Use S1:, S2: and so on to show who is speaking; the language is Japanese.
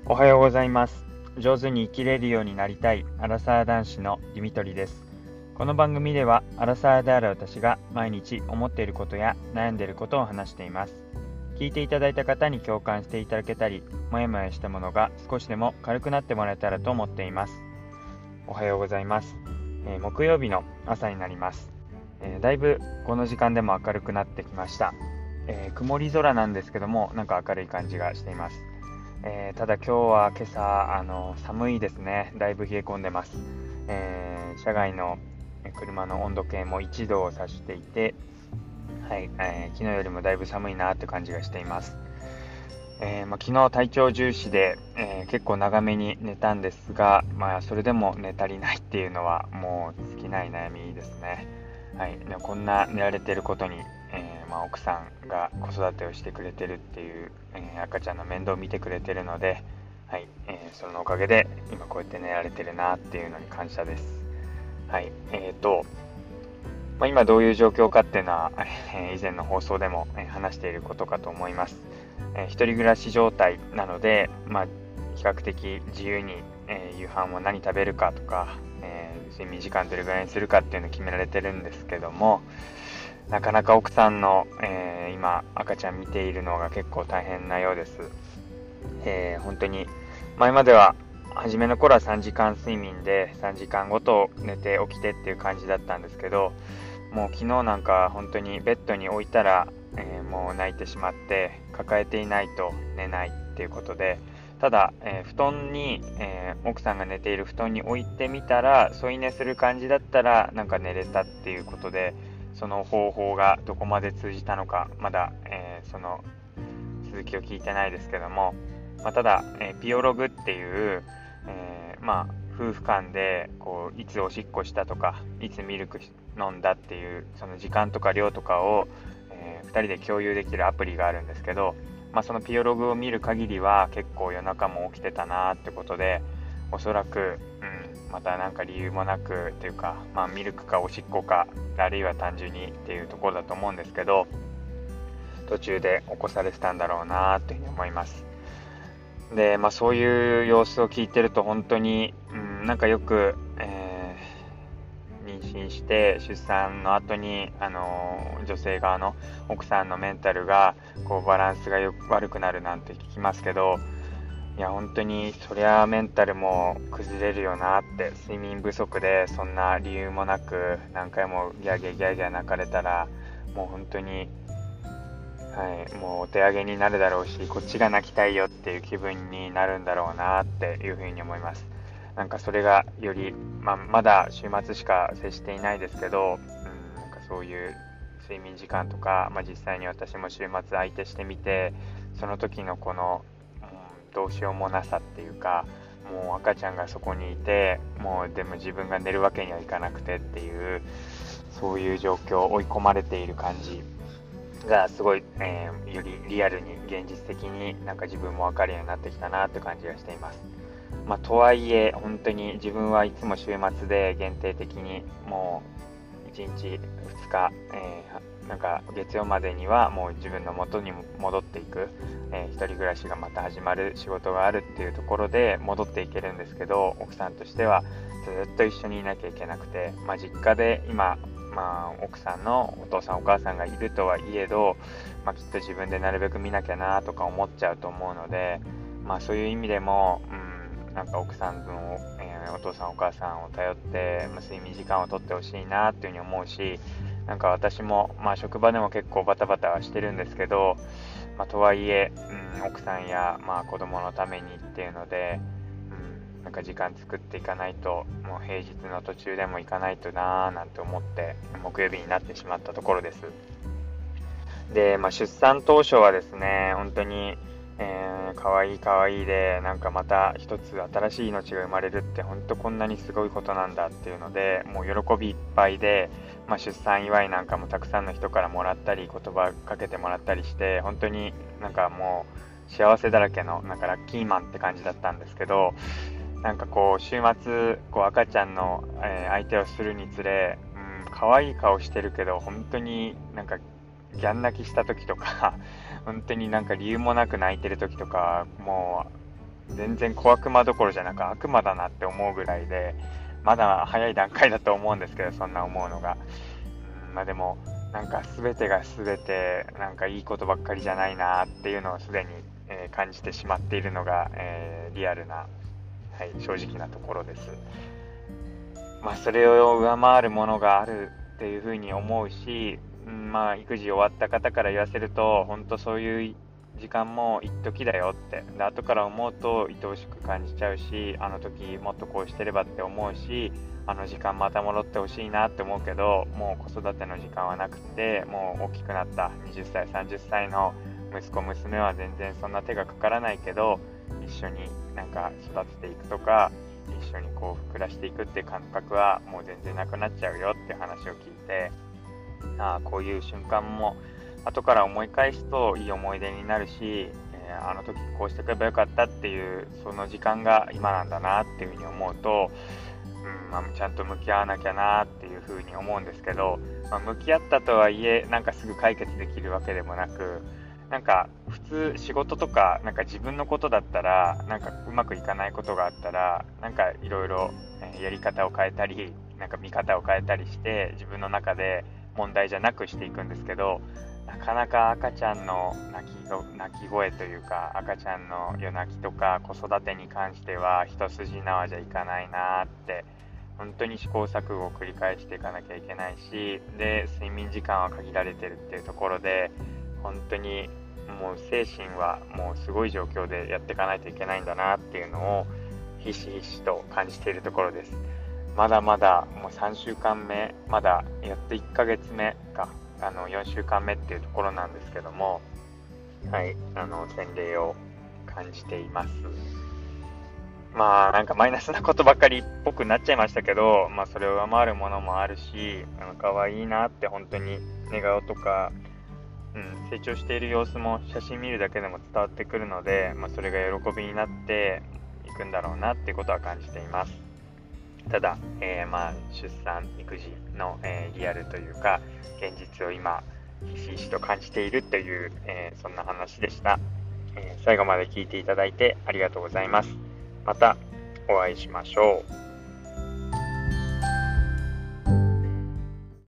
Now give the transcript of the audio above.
S1: おはようございます。上手に生きれるようになりたいアラサー男子のディミトリです。この番組ではアラサーである私が毎日思っていることや悩んでいることを話しています。聞いていただいた方に共感していただけたり、もやもやしたものが少しでも軽くなってもらえたらと思っています。おはようございます。木曜日の朝になります。だいぶこの時間でも明るくなってきました。曇り空なんですけども、なんか明るい感じがしています。ただ今日は今朝寒いですね。だいぶ冷え込んでます。車外の車の温度計も1度を指していて、はい、昨日よりもだいぶ寒いなって感じがしています。昨日体調重視で、結構長めに寝たんですが、それでも寝足りないっていうのはもう尽きない悩みですね。はい、でもこんな寝られてることに、奥さんが子育てをしてくれてるっていう、赤ちゃんの面倒を見てくれてるので、はい、そのおかげで今こうやって寝られてるなっていうのに感謝です。はい、今どういう状況かっていうのは、以前の放送でも話していることかと思います。一人暮らし状態なので、比較的自由に、夕飯を何食べるかとか、睡眠時間どれぐらいにするかっていうのを決められてるんですけども、なかなか奥さんの、今赤ちゃん見ているのが結構大変なようです。本当に前までは初めの頃は3時間睡眠で3時間ごと寝て起きてっていう感じだったんですけど、もう昨日なんか本当にベッドに置いたら、もう泣いてしまって抱えていないと寝ないっていうことで、ただ、布団に、奥さんが寝ている布団に置いてみたら添い寝する感じだったらなんか寝れたっていうことで、その方法がどこまで通じたのかまだ、その続きを聞いてないですけども、ただ、ピオログっていう、夫婦間でこういつおしっこしたとかいつミルク飲んだっていうその時間とか量とかを、2人で共有できるアプリがあるんですけど、そのピオログを見る限りは結構夜中も起きてたなってことで、おそらく、またなんか理由もなくっていうか、ミルクかおしっこかあるいは単純にっていうところだと思うんですけど、途中で起こされてたんだろうなというふうに思います。で、そういう様子を聞いてると本当に、なんかよく、妊娠して出産の後に、女性側の奥さんのメンタルがこうバランスが悪くなるなんて聞きますけど、いや本当にそりゃメンタルも崩れるよなって。睡眠不足でそんな理由もなく何回もギャーギャーギャーギャー泣かれたら、もう本当に、はい、もうお手上げになるだろうし、こっちが泣きたいよっていう気分になるんだろうなっていうふうに思います。なんかそれがより、まだ週末しか接していないですけど、なんかそういう睡眠時間とか、実際に私も週末相手してみて、その時のこの、どうしようもなさっていうか、もう赤ちゃんがそこにいて、もうでも自分が寝るわけにはいかなくてっていう、そういう状況、追い込まれている感じがすごい、よりリアルに現実的になんか自分も分かるようになってきたなって感じがしています。とはいえ本当に自分はいつも週末で限定的にもう1日2日、なんか月曜までにはもう自分の元に戻っていく、一人暮らしがまた始まる、仕事があるっていうところで戻っていけるんですけど、奥さんとしてはずっと一緒にいなきゃいけなくて、実家で今奥さんのお父さんお母さんがいるとはいえど、きっと自分でなるべく見なきゃなとか思っちゃうと思うので、そういう意味でも、なんか奥さんの、お父さんお母さんを頼って、睡眠時間をとってほしいなっていうふうに思うし、なんか私も、職場でも結構バタバタはしてるんですけど、とはいえ、奥さんや、子供のためにっていうので、なんか時間作っていかないと、もう平日の途中でも行かないとなーなんて思って木曜日になってしまったところです。で、出産当初はですね、本当に、可愛い可愛いで、なんかまた一つ新しい命が生まれるって本当こんなにすごいことなんだっていうので、もう喜びいっぱいで、出産祝いなんかもたくさんの人からもらったり言葉かけてもらったりして、本当になんかもう幸せだらけのなんかラッキーマンって感じだったんですけど、なんかこう週末こう赤ちゃんの、相手をするにつれ、可愛い顔してるけど本当になんかギャン泣きした時とか本当になんか理由もなく泣いてる時とか、も全然小悪魔どころじゃなく悪魔だなって思うぐらいで、まだ早い段階だと思うんですけど、そんな思うのが。でもなんか全てが全てなんかいいことばっかりじゃないなっていうのをすでに、感じてしまっているのが、リアルな、正直なところです。それを上回るものがあるっていうふうに思うし、育児終わった方から言わせると、本当そういう時間も一時だよって。で、後から思うと愛おしく感じちゃうし、あの時もっとこうしてればって思うし、あの時間また戻ってほしいなって思うけど、もう子育ての時間はなくて、もう大きくなった20歳、30歳の息子、娘は全然そんな手がかからないけど、一緒になんか育てていくとか、一緒にこう暮らしていくっていう感覚はもう全然なくなっちゃうよって話を聞いて、こういう瞬間も後から思い返すといい思い出になるし、あの時こうしてくればよかったっていうその時間が今なんだなっていうふうに思うと、ちゃんと向き合わなきゃなっていうふうに思うんですけど、向き合ったとはいえなんかすぐ解決できるわけでもなく、なんか普通仕事とかなんか自分のことだったらなんかうまくいかないことがあったらなんかいろいろやり方を変えたりなんか見方を変えたりして自分の中で問題じゃなくしていくんですけど、なかなか赤ちゃんの泣き声というか赤ちゃんの夜泣きとか子育てに関しては一筋縄じゃいかないなって、本当に試行錯誤を繰り返していかなきゃいけないし、で睡眠時間は限られてるっていうところで本当にもう精神はもうすごい状況でやっていかないといけないんだなっていうのをひしひしと感じているところです。まだまだもう3週間目、まだやって1ヶ月目か、4週間目っていうところなんですけども、洗礼を感じています。なんかマイナスなことばっかりっぽくなっちゃいましたけど、それを上回るものもあるし、可愛いなって本当に寝顔とか、成長している様子も写真見るだけでも伝わってくるので、それが喜びになっていくんだろうなっていうことは感じています。ただ、出産育児の、リアルというか現実を今ひしひしと感じているという、そんな話でした。最後まで聞いていただいてありがとうございます。またお会いしましょう。